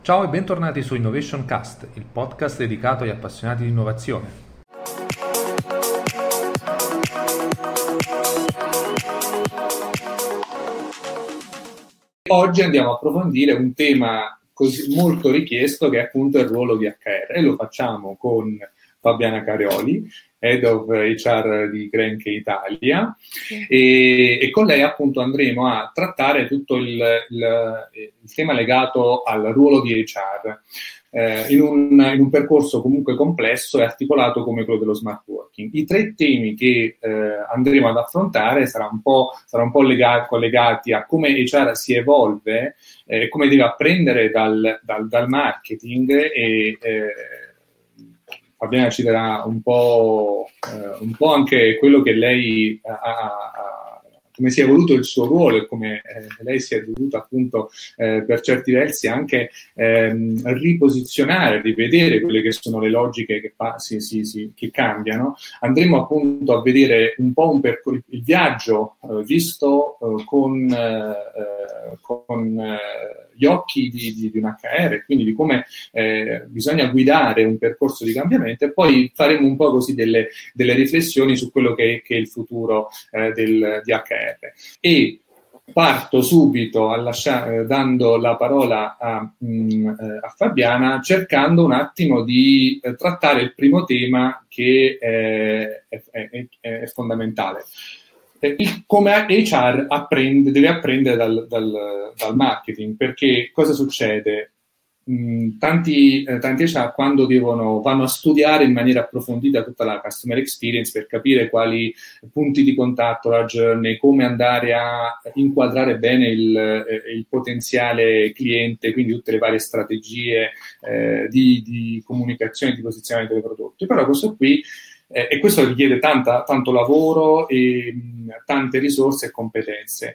Ciao e bentornati su Innovation Cast, il podcast dedicato agli appassionati di innovazione. Oggi andiamo a approfondire un tema così molto richiesto che è appunto il ruolo di HR e lo facciamo con Fabiana Carioli, Head of HR di Grenke Italia, e con lei appunto andremo a trattare tutto il tema legato al ruolo di HR. In un percorso comunque complesso e articolato come quello dello smart working. I tre temi che andremo ad affrontare saranno un po' collegati a come HR si evolve, come deve apprendere dal marketing e Fabiana ci darà un po' anche quello che lei come si è evoluto il suo ruolo e come lei si è dovuta appunto per certi versi anche riposizionare, rivedere quelle che sono le logiche che cambiano. Andremo appunto a vedere un po' il viaggio visto con gli occhi di un HR, quindi di come bisogna guidare un percorso di cambiamento, e poi faremo un po' così delle riflessioni su quello che è il futuro di HR. E parto subito dando la parola a Fabiana, cercando un attimo di trattare il primo tema che è fondamentale. Come HR deve apprendere dal marketing, perché cosa succede? Tanti HR quando vanno a studiare in maniera approfondita tutta la customer experience per capire quali punti di contatto, la journey, come andare a inquadrare bene il potenziale cliente, quindi tutte le varie strategie di comunicazione e di posizionamento dei prodotti. Però questo qui e questo richiede tanto lavoro e tante risorse e competenze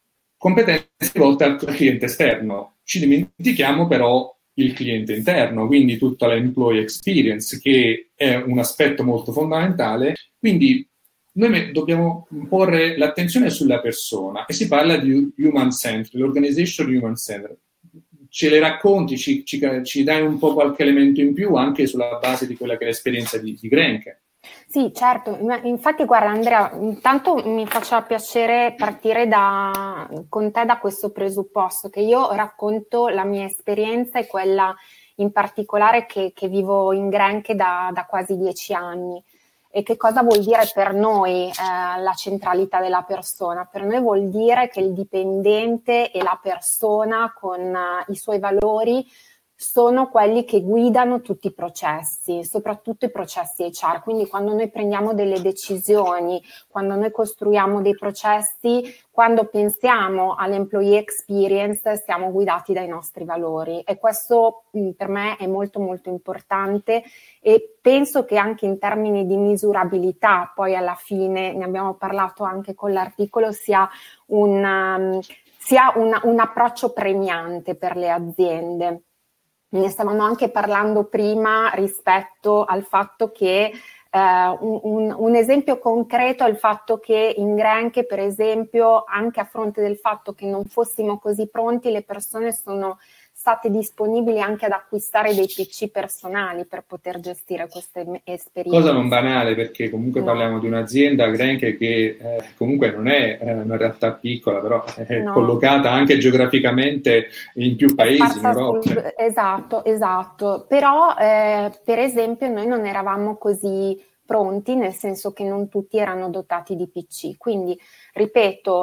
volte al cliente esterno. Ci dimentichiamo però il cliente interno, quindi tutta l'employee experience, che è un aspetto molto fondamentale. Quindi noi dobbiamo porre l'attenzione sulla persona e si parla di human centered, l'organization human centered. Ce le racconti, ci dai un po' qualche elemento in più anche sulla base di quella che è l'esperienza di Grenke? Sì, certo, infatti guarda Andrea, intanto mi faccia piacere partire con te da questo presupposto, che io racconto la mia esperienza e quella in particolare che vivo in Grenke da quasi 10 anni. E che cosa vuol dire per noi la centralità della persona? Per noi vuol dire che il dipendente e la persona con i suoi valori sono quelli che guidano tutti i processi, soprattutto i processi HR. Quindi quando noi prendiamo delle decisioni, quando noi costruiamo dei processi, quando pensiamo all'employee experience, siamo guidati dai nostri valori. E questo per me è molto molto importante, e penso che anche in termini di misurabilità, poi alla fine ne abbiamo parlato anche con l'articolo, sia un approccio premiante per le aziende. Ne stavamo anche parlando prima rispetto al fatto che un esempio concreto è il fatto che in Grenke, per esempio, anche a fronte del fatto che non fossimo così pronti, le persone sono state disponibili anche ad acquistare dei PC personali per poter gestire queste esperienze. Cosa non banale, perché comunque parliamo di un'azienda, Grenke, che comunque non è una realtà piccola, però è collocata anche geograficamente in più paesi in Europa. Esatto. Però per esempio noi non eravamo così pronti, nel senso che non tutti erano dotati di PC. Quindi, ripeto,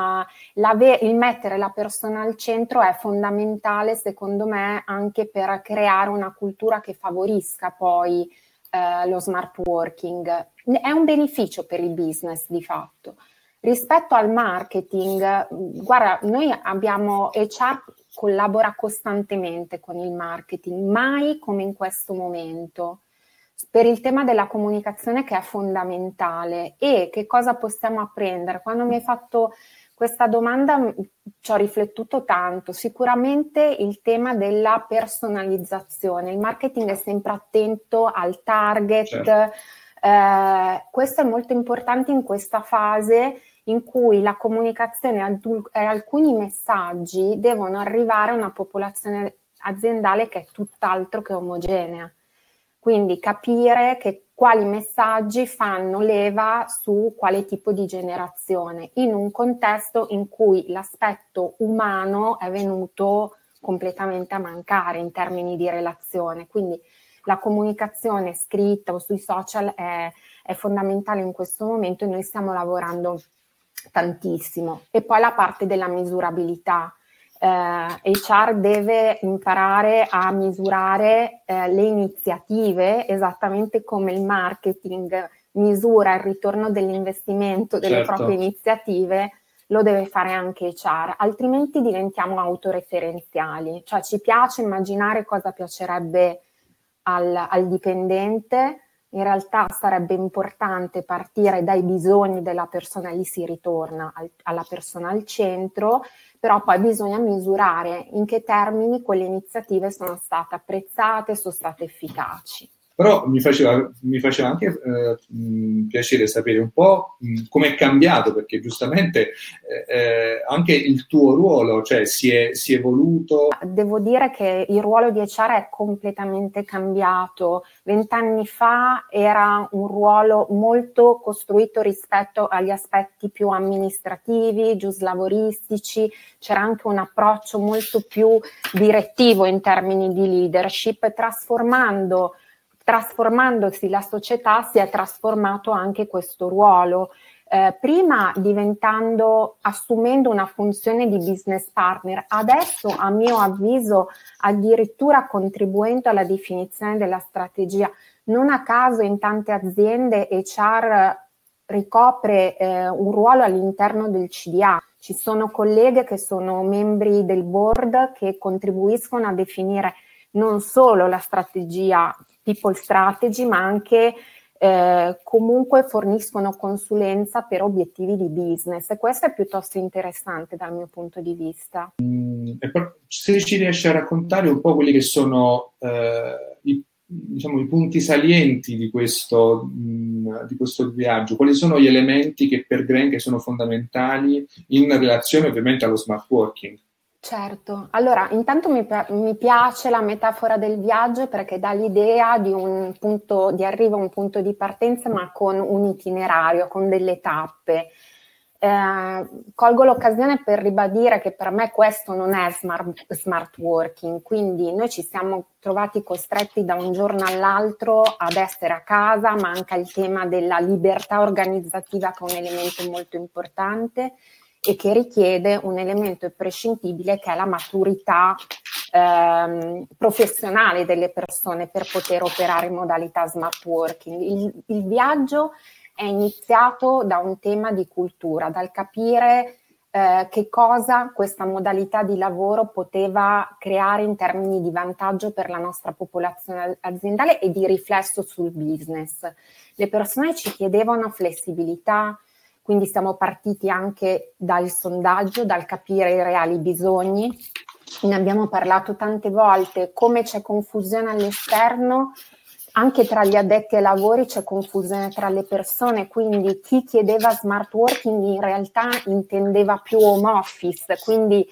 il mettere la persona al centro è fondamentale, secondo me, anche per creare una cultura che favorisca poi lo smart working. È un beneficio per il business di fatto. Rispetto al marketing, guarda, noi abbiamo HR collabora costantemente con il marketing, mai come in questo momento, per il tema della comunicazione, che è fondamentale. E che cosa possiamo apprendere? Quando mi hai fatto questa domanda ci ho riflettuto tanto. Sicuramente il tema della personalizzazione. Il marketing è sempre attento al target. Certo. Questo è molto importante in questa fase in cui la comunicazione e alcuni messaggi devono arrivare a una popolazione aziendale che è tutt'altro che omogenea. Quindi capire quali messaggi fanno leva su quale tipo di generazione, in un contesto in cui l'aspetto umano è venuto completamente a mancare in termini di relazione. Quindi la comunicazione scritta o sui social è fondamentale in questo momento e noi stiamo lavorando tantissimo. E poi la parte della misurabilità. HR deve imparare a misurare le iniziative esattamente come il marketing misura il ritorno dell'investimento delle proprie iniziative, lo deve fare anche HR, altrimenti diventiamo autoreferenziali, cioè ci piace immaginare cosa piacerebbe al dipendente. In realtà sarebbe importante partire dai bisogni della persona, lì si ritorna alla persona al centro, però poi bisogna misurare in che termini quelle iniziative sono state apprezzate, sono state efficaci. Però mi faceva anche piacere sapere un po' come è cambiato, perché giustamente anche il tuo ruolo, cioè si è evoluto. Devo dire che il ruolo di HR è completamente cambiato. 20 anni fa era un ruolo molto costruito rispetto agli aspetti più amministrativi, giuslavoristici, c'era anche un approccio molto più direttivo in termini di leadership, trasformandosi la società si è trasformato anche questo ruolo. Prima assumendo una funzione di business partner, adesso a mio avviso addirittura contribuendo alla definizione della strategia. Non a caso in tante aziende HR ricopre un ruolo all'interno del CDA. Ci sono colleghe che sono membri del board che contribuiscono a definire non solo la strategia, people strategy, ma anche comunque forniscono consulenza per obiettivi di business, e questo è piuttosto interessante dal mio punto di vista. Se ci riesci a raccontare un po' quelli che sono i punti salienti di questo viaggio, quali sono gli elementi che per Grenke sono fondamentali in relazione ovviamente allo smart working? Certo, allora intanto mi piace la metafora del viaggio perché dà l'idea di un punto di arrivo, un punto di partenza, ma con un itinerario, con delle tappe. Colgo l'occasione per ribadire che per me questo non è smart working, quindi noi ci siamo trovati costretti da un giorno all'altro ad essere a casa, manca il tema della libertà organizzativa che è un elemento molto importante e che richiede un elemento imprescindibile che è la maturità professionale delle persone per poter operare in modalità smart working. Il viaggio è iniziato da un tema di cultura, dal capire che cosa questa modalità di lavoro poteva creare in termini di vantaggio per la nostra popolazione aziendale e di riflesso sul business. Le persone ci chiedevano flessibilità, quindi siamo partiti anche dal sondaggio, dal capire i reali bisogni. Ne abbiamo parlato tante volte, come c'è confusione all'esterno, anche tra gli addetti ai lavori c'è confusione tra le persone, quindi chi chiedeva smart working in realtà intendeva più home office, quindi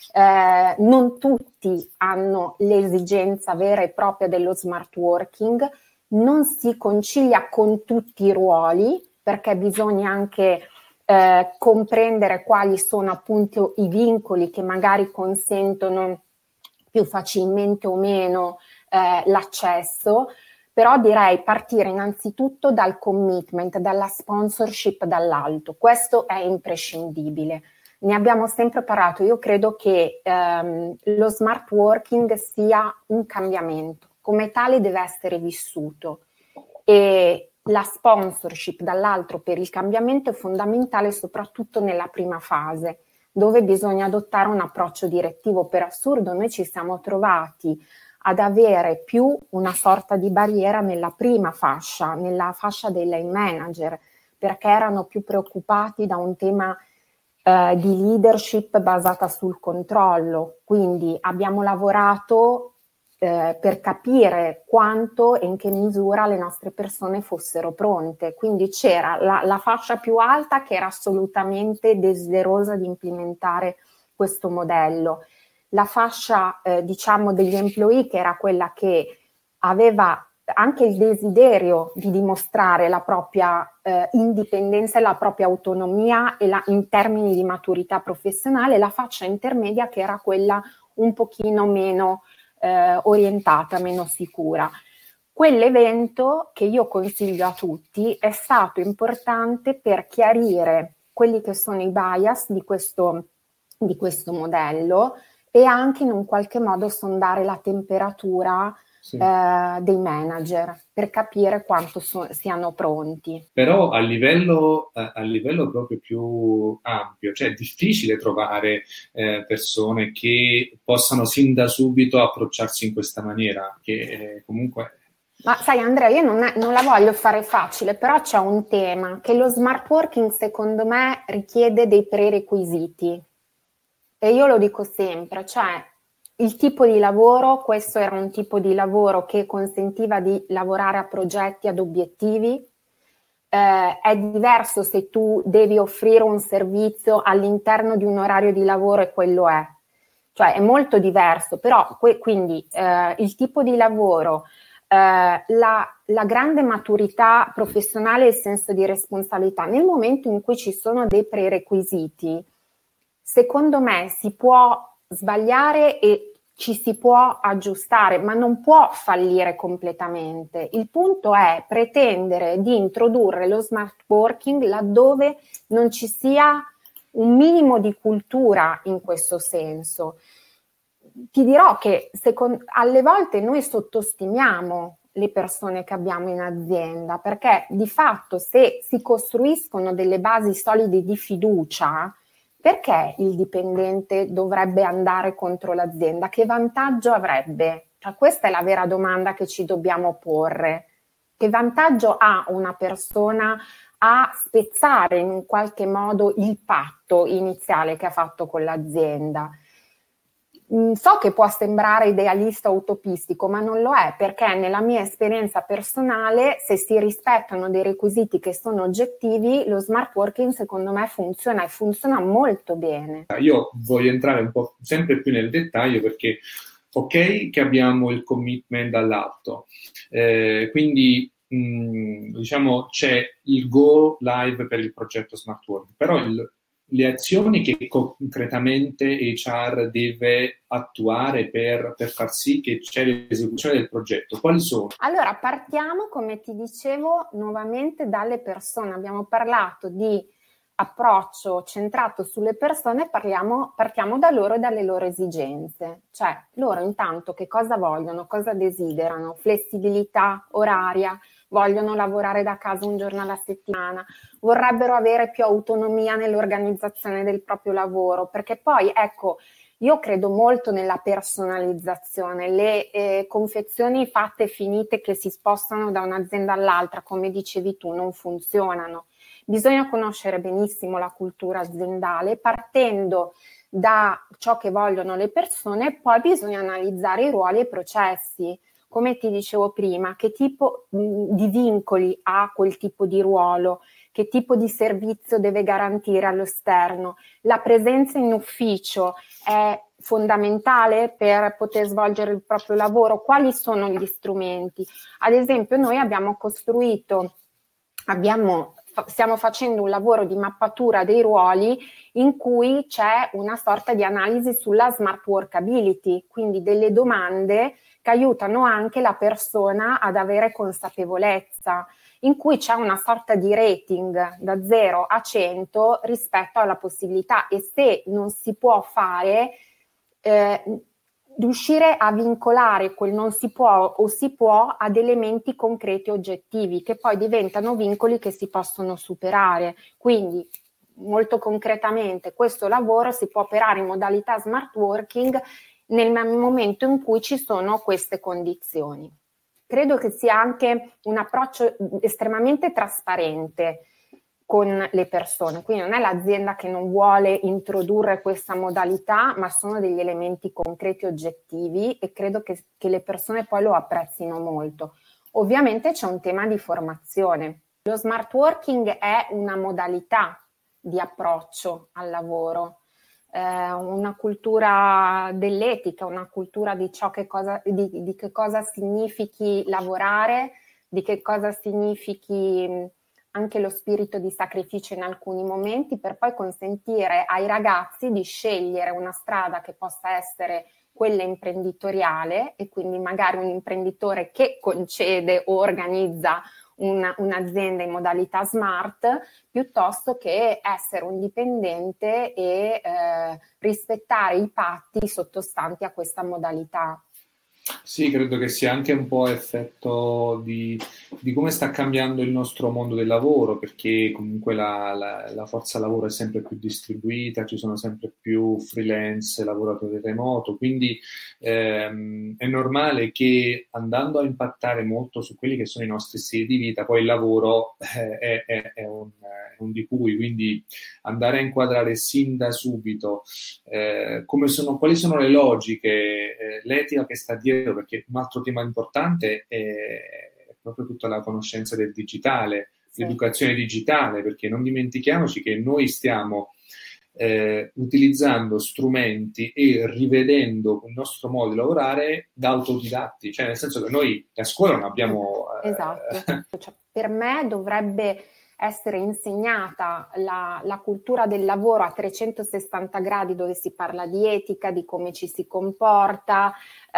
non tutti hanno l'esigenza vera e propria dello smart working, non si concilia con tutti i ruoli, perché bisogna anche comprendere quali sono appunto i vincoli che magari consentono più facilmente o meno l'accesso, però direi partire innanzitutto dal commitment, dalla sponsorship dall'alto, questo è imprescindibile. Ne abbiamo sempre parlato, io credo che lo smart working sia un cambiamento, come tale deve essere vissuto e la sponsorship dall'altro per il cambiamento è fondamentale soprattutto nella prima fase, dove bisogna adottare un approccio direttivo. Per assurdo noi ci siamo trovati ad avere più una sorta di barriera nella prima fascia, nella fascia dei line manager, perché erano più preoccupati da un tema di leadership basata sul controllo. Quindi abbiamo lavorato per capire quanto e in che misura le nostre persone fossero pronte. Quindi c'era la fascia più alta che era assolutamente desiderosa di implementare questo modello. la fascia diciamo degli employee, che era quella che aveva anche il desiderio di dimostrare la propria indipendenza e la propria autonomia in termini di maturità professionale, la fascia intermedia che era quella un pochino meno orientata, meno sicura. Quell'evento, che io consiglio a tutti, è stato importante per chiarire quelli che sono i bias di questo modello e anche in un qualche modo sondare la temperatura dei manager per capire quanto siano pronti. Però a livello proprio più ampio, cioè è difficile trovare persone che possano sin da subito approcciarsi in questa maniera, che comunque... Ma sai Andrea, io non la voglio fare facile, però c'è un tema, che lo smart working secondo me richiede dei prerequisiti. E io lo dico sempre, cioè il tipo di lavoro, questo era un tipo di lavoro che consentiva di lavorare a progetti, ad obiettivi. È diverso se tu devi offrire un servizio all'interno di un orario di lavoro e quello è. Cioè è molto diverso, però quindi il tipo di lavoro, la grande maturità professionale e il senso di responsabilità, nel momento in cui ci sono dei prerequisiti, secondo me si può sbagliare e ci si può aggiustare, ma non può fallire completamente. Il punto è pretendere di introdurre lo smart working laddove non ci sia un minimo di cultura in questo senso. Ti dirò che alle volte noi sottostimiamo le persone che abbiamo in azienda, perché di fatto se si costruiscono delle basi solide di fiducia, perché il dipendente dovrebbe andare contro l'azienda? Che vantaggio avrebbe? Cioè, questa è la vera domanda che ci dobbiamo porre. Che vantaggio ha una persona a spezzare in qualche modo il patto iniziale che ha fatto con l'azienda? So che può sembrare idealista o utopistico, ma non lo è, perché nella mia esperienza personale, se si rispettano dei requisiti che sono oggettivi, lo smart working secondo me funziona e funziona molto bene. Io voglio entrare un po' sempre più nel dettaglio perché ok che abbiamo il commitment dall'alto, quindi diciamo c'è il go live per il progetto smart working, però le azioni che concretamente HR deve attuare per far sì che c'è l'esecuzione del progetto, quali sono? Allora, partiamo, come ti dicevo, nuovamente dalle persone. Abbiamo parlato di approccio centrato sulle persone, partiamo da loro e dalle loro esigenze. Cioè, loro intanto che cosa vogliono, cosa desiderano? Flessibilità oraria, vogliono lavorare da casa un giorno alla settimana, vorrebbero avere più autonomia nell'organizzazione del proprio lavoro, perché poi, ecco, io credo molto nella personalizzazione, le confezioni fatte e finite che si spostano da un'azienda all'altra, come dicevi tu, non funzionano. Bisogna conoscere benissimo la cultura aziendale, partendo da ciò che vogliono le persone, poi bisogna analizzare i ruoli e i processi. Come ti dicevo prima, che tipo di vincoli ha quel tipo di ruolo, che tipo di servizio deve garantire all'esterno. La presenza in ufficio è fondamentale per poter svolgere il proprio lavoro. Quali sono gli strumenti? Ad esempio, noi stiamo facendo un lavoro di mappatura dei ruoli in cui c'è una sorta di analisi sulla smart workability, quindi delle domande che aiutano anche la persona ad avere consapevolezza, in cui c'è una sorta di rating da 0 a 100 rispetto alla possibilità, e se non si può fare, riuscire a vincolare quel non si può o si può ad elementi concreti e oggettivi, che poi diventano vincoli che si possono superare. Quindi, molto concretamente, questo lavoro si può operare in modalità smart working nel momento in cui ci sono queste condizioni. Credo che sia anche un approccio estremamente trasparente con le persone, quindi non è l'azienda che non vuole introdurre questa modalità, ma sono degli elementi concreti e oggettivi, e credo che le persone poi lo apprezzino molto. Ovviamente c'è un tema di formazione. Lo smart working è una modalità di approccio al lavoro. una cultura dell'etica, una cultura di ciò di che cosa significhi lavorare, di che cosa significhi anche lo spirito di sacrificio in alcuni momenti, per poi consentire ai ragazzi di scegliere una strada che possa essere quella imprenditoriale, e quindi magari un imprenditore che concede o organizza un'azienda in modalità smart, piuttosto che essere un dipendente e rispettare i patti sottostanti a questa modalità. Sì, credo che sia anche un po' effetto di come sta cambiando il nostro mondo del lavoro, perché comunque la forza lavoro è sempre più distribuita, ci sono sempre più freelance, lavoratori remoto, quindi è normale che, andando a impattare molto su quelli che sono i nostri stili di vita, poi il lavoro è un di cui, quindi andare a inquadrare sin da subito quali sono le logiche, l'etica che sta dietro, perché un altro tema importante è proprio tutta la conoscenza del digitale, Sì. l'educazione digitale, perché non dimentichiamoci che noi stiamo utilizzando strumenti e rivedendo il nostro modo di lavorare da autodidatti, cioè nel senso che noi a scuola non abbiamo... Esatto, cioè, per me dovrebbe essere insegnata la cultura del lavoro a 360 gradi, dove si parla di etica, di come ci si comporta,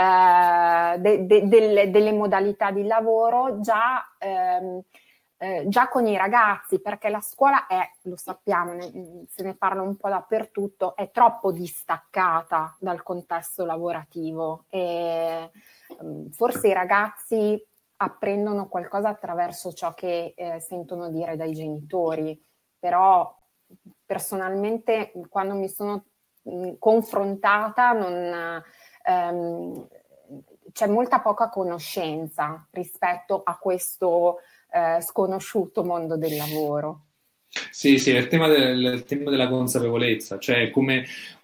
delle modalità di lavoro già con i ragazzi, perché la scuola lo sappiamo, se ne parla un po' dappertutto, è troppo distaccata dal contesto lavorativo, e forse i ragazzi apprendono qualcosa attraverso ciò che sentono dire dai genitori, però personalmente quando mi sono confrontata c'è molta poca conoscenza rispetto a questo sconosciuto mondo del lavoro. Sì, è il tema della consapevolezza, cioè come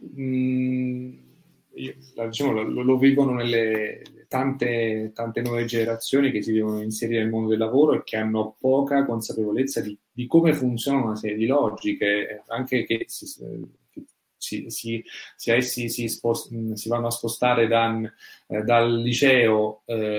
diciamo, lo vivono nelle tante nuove generazioni che si devono inserire nel mondo del lavoro e che hanno poca consapevolezza di come funziona una serie di logiche, anche che essi si vanno a spostare dal liceo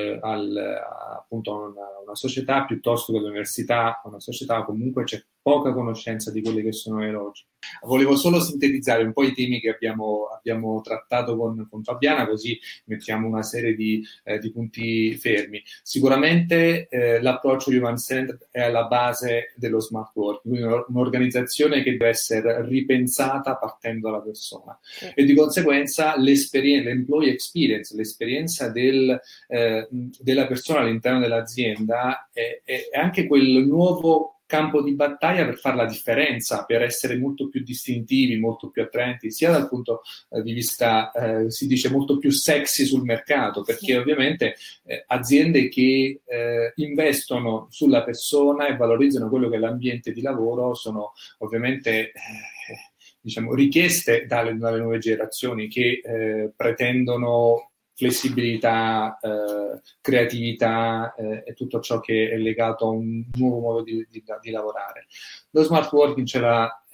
appunto a una società, piuttosto che all'università, a una società, comunque c'è poca conoscenza di quelle che sono le logiche. Volevo solo sintetizzare un po' i temi che abbiamo trattato con Fabiana, così mettiamo una serie di punti fermi. Sicuramente l'approccio human-centered è alla base dello smart working, quindi un'organizzazione che deve essere ripensata partendo dalla persona. Sì. E di conseguenza l'employee experience, l'esperienza della persona all'interno dell'azienda è anche quel nuovo campo di battaglia per fare la differenza, per essere molto più distintivi, molto più attraenti, sia dal punto di vista, si dice, molto più sexy sul mercato, perché ovviamente aziende che investono sulla persona e valorizzano quello che è l'ambiente di lavoro sono ovviamente diciamo, richieste dalle nuove generazioni che pretendono flessibilità, creatività e tutto ciò che è legato a un nuovo modo di lavorare. Lo smart working, ce l'ha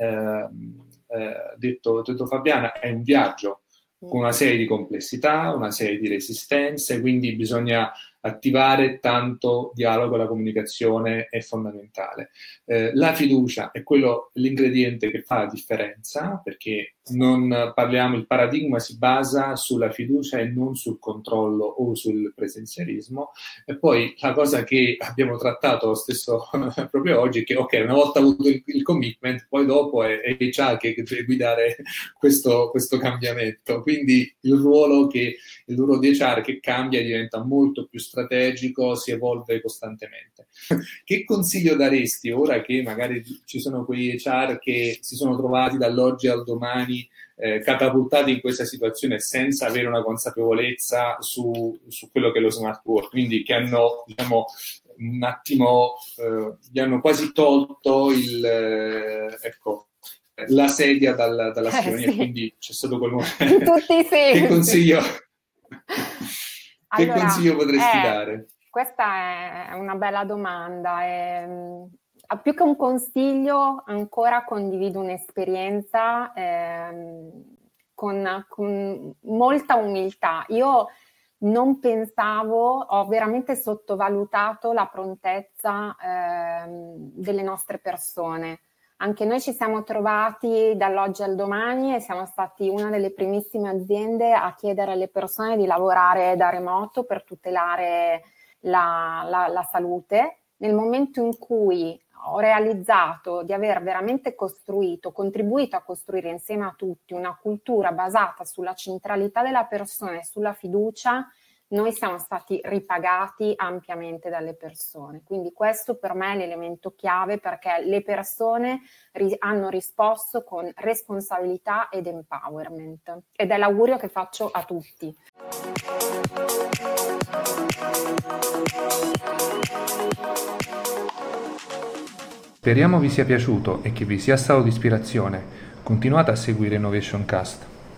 detto Fabiana, è un viaggio con una serie di complessità, una serie di resistenze, quindi bisogna attivare tanto dialogo, la comunicazione è fondamentale. La fiducia è l'ingrediente che fa la differenza, perché non parliamo, il paradigma si basa sulla fiducia e non sul controllo o sul presenzialismo. E poi la cosa che abbiamo trattato lo stesso proprio oggi è che, ok, una volta avuto il commitment, poi dopo è HR che deve guidare questo cambiamento. Quindi il ruolo di HR che cambia, diventa molto più strategico, si evolve costantemente. Che consiglio daresti ora che magari ci sono quei HR che si sono trovati dall'oggi al domani catapultati in questa situazione senza avere una consapevolezza su quello che è lo smart work, quindi che hanno, diciamo, un attimo, gli hanno quasi tolto la sedia dalla scrivania, sì. e quindi c'è stato quel momento. In tutti i sensi. Che consiglio potresti dare? Questa è una bella domanda. Più che un consiglio, ancora condivido un'esperienza con molta umiltà. Io non pensavo, ho veramente sottovalutato la prontezza delle nostre persone. Anche noi ci siamo trovati dall'oggi al domani e siamo stati una delle primissime aziende a chiedere alle persone di lavorare da remoto per tutelare la salute. Nel momento in cui ho realizzato di aver veramente contribuito a costruire insieme a tutti una cultura basata sulla centralità della persona e sulla fiducia, noi siamo stati ripagati ampiamente dalle persone. Quindi questo per me è l'elemento chiave, perché le persone hanno risposto con responsabilità ed empowerment. Ed è l'augurio che faccio a tutti. Speriamo vi sia piaciuto e che vi sia stato di ispirazione. Continuate a seguire Innovation Cast.